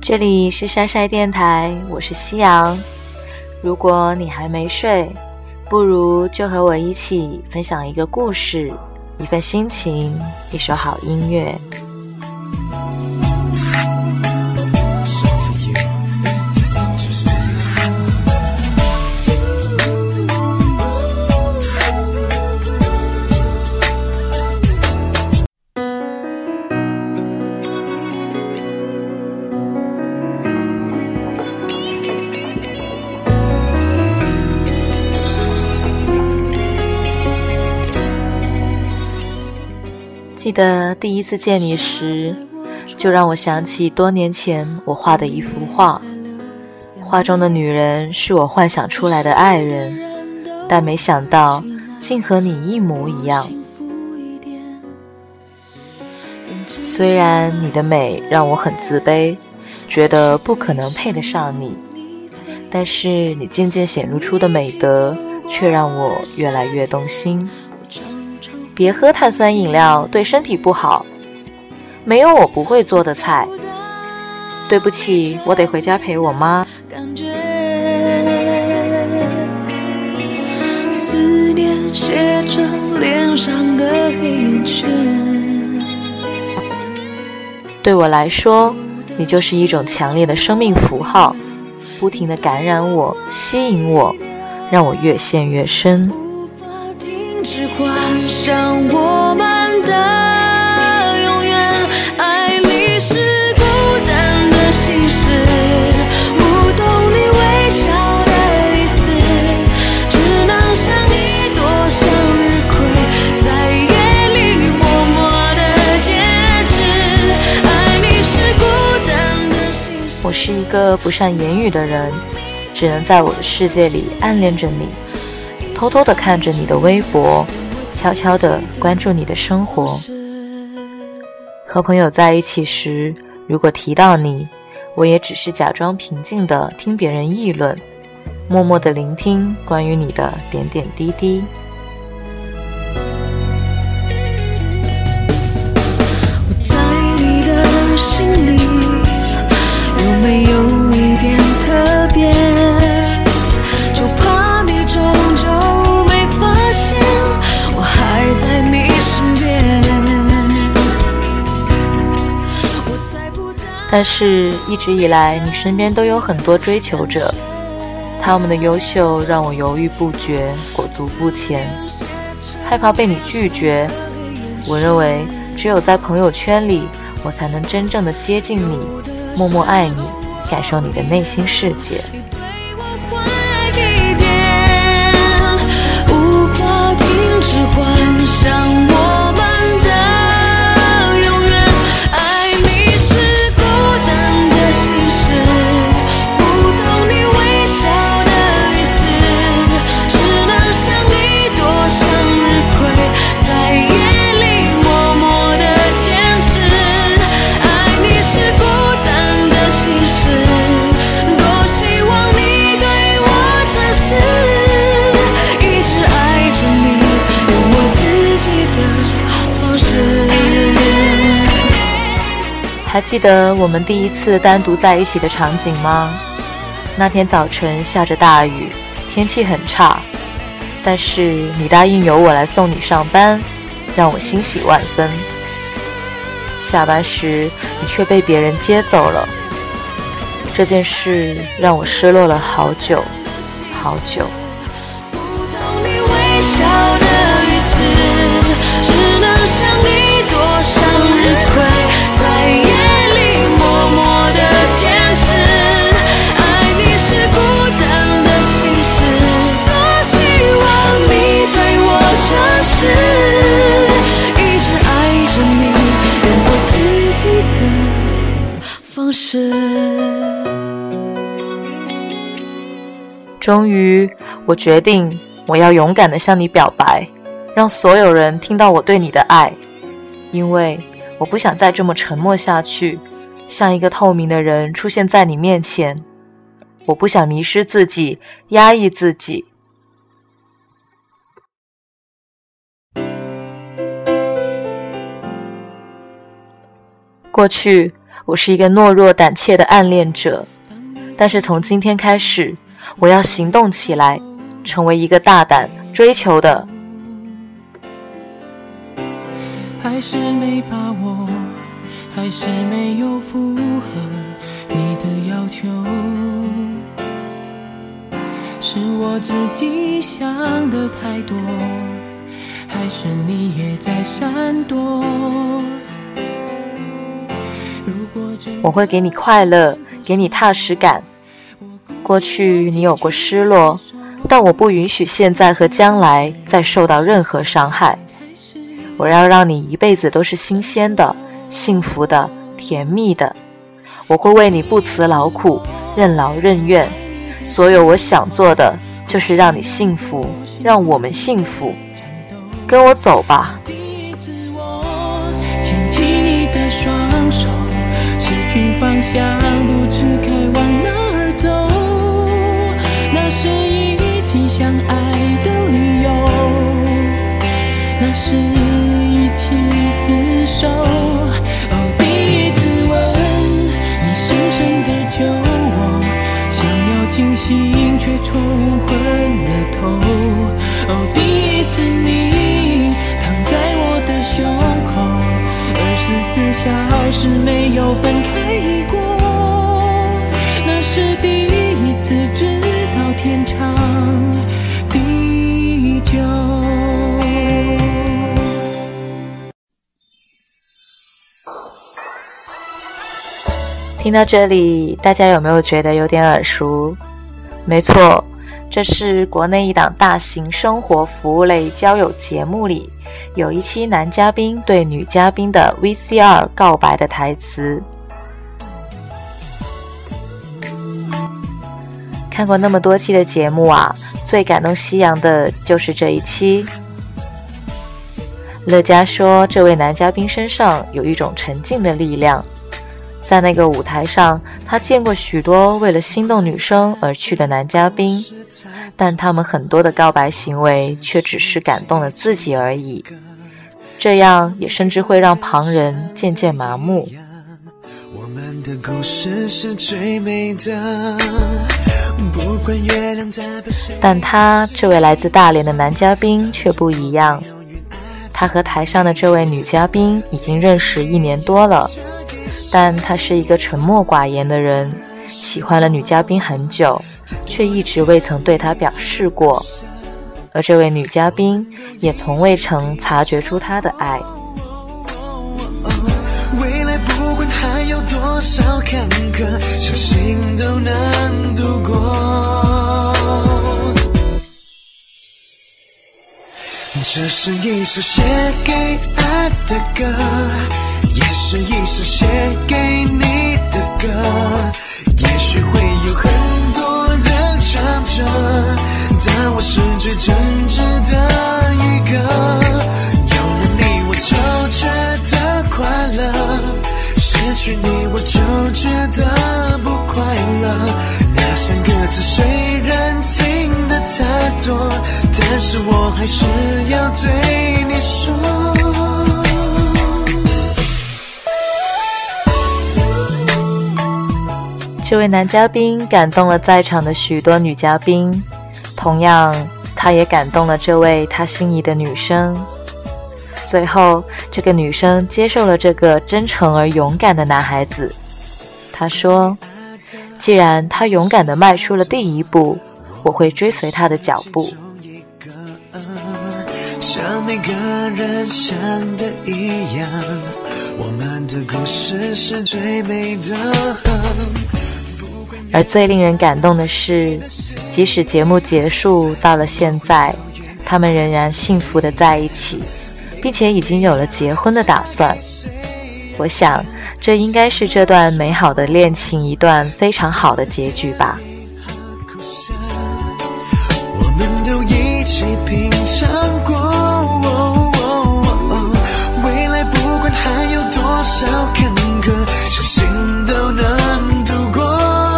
这里是晒晒电台，我是夕阳。如果你还没睡，不如就和我一起分享一个故事，一份心情，一首好音乐。记得第一次见你时，就让我想起多年前我画的一幅画，画中的女人是我幻想出来的爱人，但没想到竟和你一模一样。虽然你的美让我很自卑，觉得不可能配得上你，但是你渐渐显露出的美德却让我越来越动心。别喝碳酸饮料，对身体不好。没有我不会做的菜。对不起，我得回家陪我妈。思念写着脸上的黑圈。对我来说，你就是一种强烈的生命符号，不停地感染我，吸引我，让我越陷越深。只幻想我们的永远，爱你是孤单的心事，不懂你微笑的意思，只能像一朵向日葵，在夜里默默的坚持，爱你是孤单的心事。我是一个不善言语的人，只能在我的世界里暗恋着你，偷偷地看着你的微博，悄悄地关注你的生活。和朋友在一起时，如果提到你，我也只是假装平静地听别人议论，默默地聆听关于你的点点滴滴。我在你的心里，有没有一点特别？但是一直以来你身边都有很多追求者，他们的优秀让我犹豫不决，裹足不前，害怕被你拒绝。我认为只有在朋友圈里，我才能真正的接近你，默默爱你，感受你的内心世界。无法停止幻想我们还记得我们第一次单独在一起的场景吗？那天早晨下着大雨，天气很差，但是你答应由我来送你上班，让我欣喜万分。下班时你却被别人接走了，这件事让我失落了好久好久。不懂你微笑的语词，只能像一朵向日葵，在夜里默默地坚持，爱你是孤单的心事，多希望你对我诚实，一直爱着你，用我自己的方式。终于，我决定我要勇敢地向你表白，让所有人听到我对你的爱，因为我不想再这么沉默下去，像一个透明的人出现在你面前。我不想迷失自己，压抑自己。过去， 我是一个懦弱胆怯的暗恋者，但是从今天开始，我要行动起来，成为一个大胆追求的。 还是没把握，还是没有符合你的要求，是我自己想的太多，还是你也在闪躲？ 我会给你快乐，给你踏实感。过去你有过失落，但我不允许现在和将来再受到任何伤害。我要让你一辈子都是新鲜的、幸福的、甜蜜的。我会为你不辞劳苦，任劳任怨。所有我想做的，就是让你幸福，让我们幸福。跟我走吧。 牵起你的双手，失去方向，不知该往哪儿走。那是一起相爱的理由，那是一起厮守。哦，第一次吻你深深的救我，想要清醒却冲昏了头。哦，第一次你躺在我的胸口，24小时没有分开过，那是第一次知道天长地久。 听到这里，大家有没有觉得有点耳熟？没错，这是国内一档大型生活服务类交友节目里，有一期男嘉宾对女嘉宾的 VCR 告白的台词。看过那么多期的节目啊，最感动夕阳的就是这一期。乐嘉说，这位男嘉宾身上有一种沉静的力量。在那个舞台上，他见过许多为了心动女生而去的男嘉宾，但他们很多的告白行为却只是感动了自己而已，这样也甚至会让旁人渐渐麻木。 我们的故事是最美的，不管月亮在白谁。 但他这位来自大连的男嘉宾却不一样，他和台上的这位女嘉宾已经认识1年多了，但他是一个沉默寡言的人，喜欢了女嘉宾很久，却一直未曾对她表示过，而这位女嘉宾也从未曾察觉出他的爱。 未来不管还有多少坎坷，相信都能度过。这是一首写给爱的歌，也是一首写给你的歌，也许会有很多人唱着，但我是最真挚的一个。有了你我就觉得快乐，失去你我就觉得不快乐。那3个字虽然听得太多，但是我还是要对你说。 这位男嘉宾感动了在场的许多女嘉宾，同样他也感动了这位他心仪的女生。最后这个女生接受了这个真诚而勇敢的男孩子，她说，既然他勇敢地迈出了第一步，我会追随他的脚步。 像每个人想的一样，我们的故事是最美的。 而最令人感动的是，即使节目结束到了现在，他们仍然幸福地在一起，并且已经有了结婚的打算。我想这应该是这段美好的恋情一段非常好的结局吧。 我们都一起品尝过，未来不管还有多少坎坷，相信都能度过。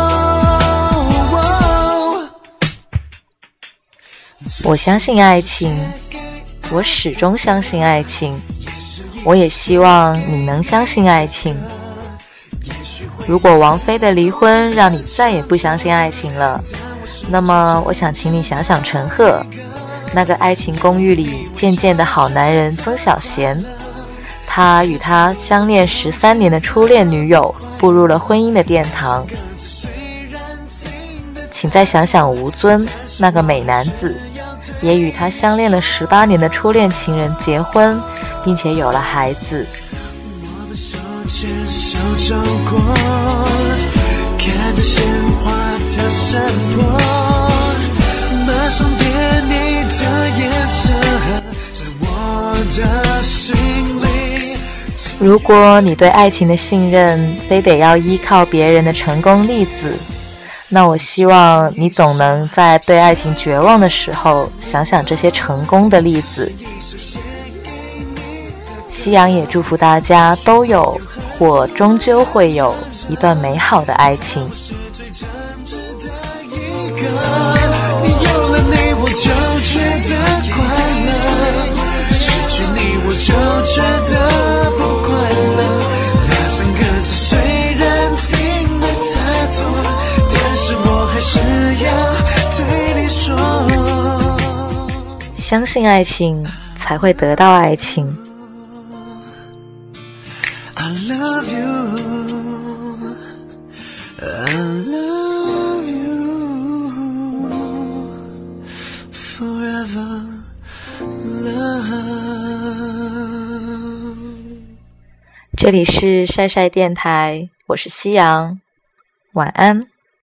我相信爱情，我始终相信爱情，我也希望你能相信爱情。 如果王菲的离婚让你再也不相信爱情了，那么我想请你想想陈赫，那个爱情公寓里渐渐的好男人曾小贤，他与他相恋13年的初恋女友步入了婚姻的殿堂。请再想想吴尊，那个美男子，也与他相恋了18年的初恋情人结婚，并且有了孩子。 我们手牵手走过，看着鲜花的山坡，马上变你的颜色在我的心里。 如果你对爱情的信任非得要依靠别人的成功例子，那我希望你总能在对爱情绝望的时候想想这些成功的例子。夕阳也祝福大家都有或终究会有一段美好的爱情。 你有了你我就觉得快乐，失去你我就觉得不快乐。那3个字虽然听得太多，但是我还是要对你说， 相信爱情才会得到爱情。 I love you, I love you, forever love。 这里是晒晒电台，我是夕阳，晚安。